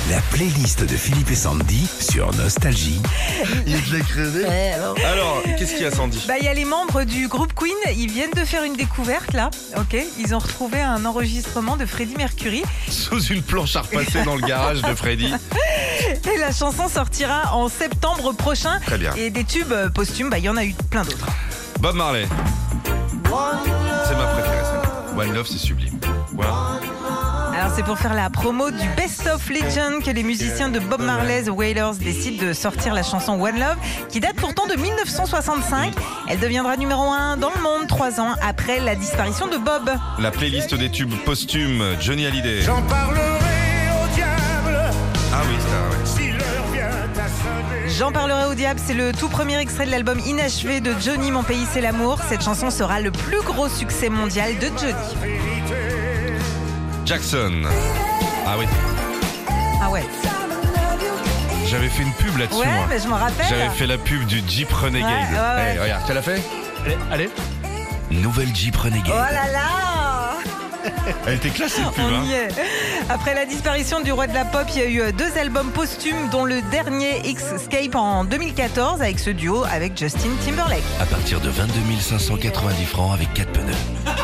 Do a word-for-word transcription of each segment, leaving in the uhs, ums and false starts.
La playlist de Philippe et Sandy sur Nostalgie. Il te l'a crevé. Ouais, alors. Alors, qu'est-ce qu'il y a, Sandy? Bah, il y a les membres du groupe Queen, ils viennent de faire une découverte là, ok. Ils ont retrouvé un enregistrement de Freddie Mercury Sous une planche à repasser dans le garage de Freddy. et la chanson sortira en septembre prochain. Très bien. Et des tubes euh, posthumes, bah, il y en a eu plein d'autres. Bob Marley. C'est ma préférée, celle-là. One Love, c'est sublime. Voilà. Alors c'est pour faire la promo du Best of Legend que les musiciens de Bob Marley, The Wailers, décident de sortir la chanson One Love, qui date pourtant de mille neuf cent soixante-cinq. Elle deviendra numéro un dans le monde trois ans après la disparition de Bob. La playlist des tubes posthumes, Johnny Hallyday. J'en parlerai au diable Ah oui, c'est si l'heure vient à sonner. J'en parlerai au diable, c'est le tout premier extrait de l'album Inachevé de Johnny, Mon pays c'est l'amour. Cette chanson sera le plus gros succès mondial de Johnny. Jackson. Ah oui, Ah ouais, j'avais fait une pub là-dessus, ouais, moi. mais je m'en rappelle. J'avais fait la pub du Jeep Renegade. Ouais, ouais, ouais. Eh, regarde, tu l'as fait? Allez, allez. Nouvelle Jeep Renegade. Oh là là, Elle était classe cette pub, on hein. y est. Après la disparition du roi de la pop, il y a eu deux albums posthumes, dont le dernier Escape en deux mille quatorze avec ce duo avec Justin Timberlake. À partir de vingt-deux mille cinq cent quatre-vingt-dix francs avec quatre pneus.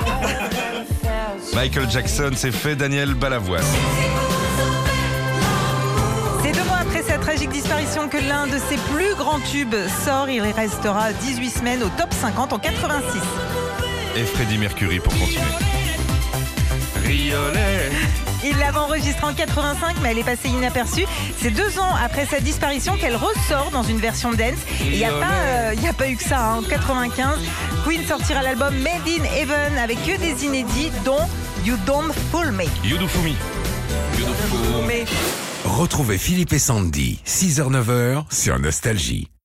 Michael Jackson s'est fait Daniel Balavoine. C'est deux mois après sa tragique disparition que l'un de ses plus grands tubes sort. Il restera dix-huit semaines au top cinquante en quatre-vingt-six. Et Freddie Mercury pour continuer. Riolet. Il l'avait enregistrée en quatre-vingt-cinq, mais elle est passée inaperçue. C'est deux ans après sa disparition qu'elle ressort dans une version dance. Il n'y a, pas, euh, y a pas eu que ça, hein. En quatre-vingt-quinze, Queen sortira l'album Made in Heaven avec que des inédits, dont You Don't Fool Me. Yudufumi. Yudufumi. Mais Retrouvez Philippe et Sandy, six heures neuf heures sur Nostalgie.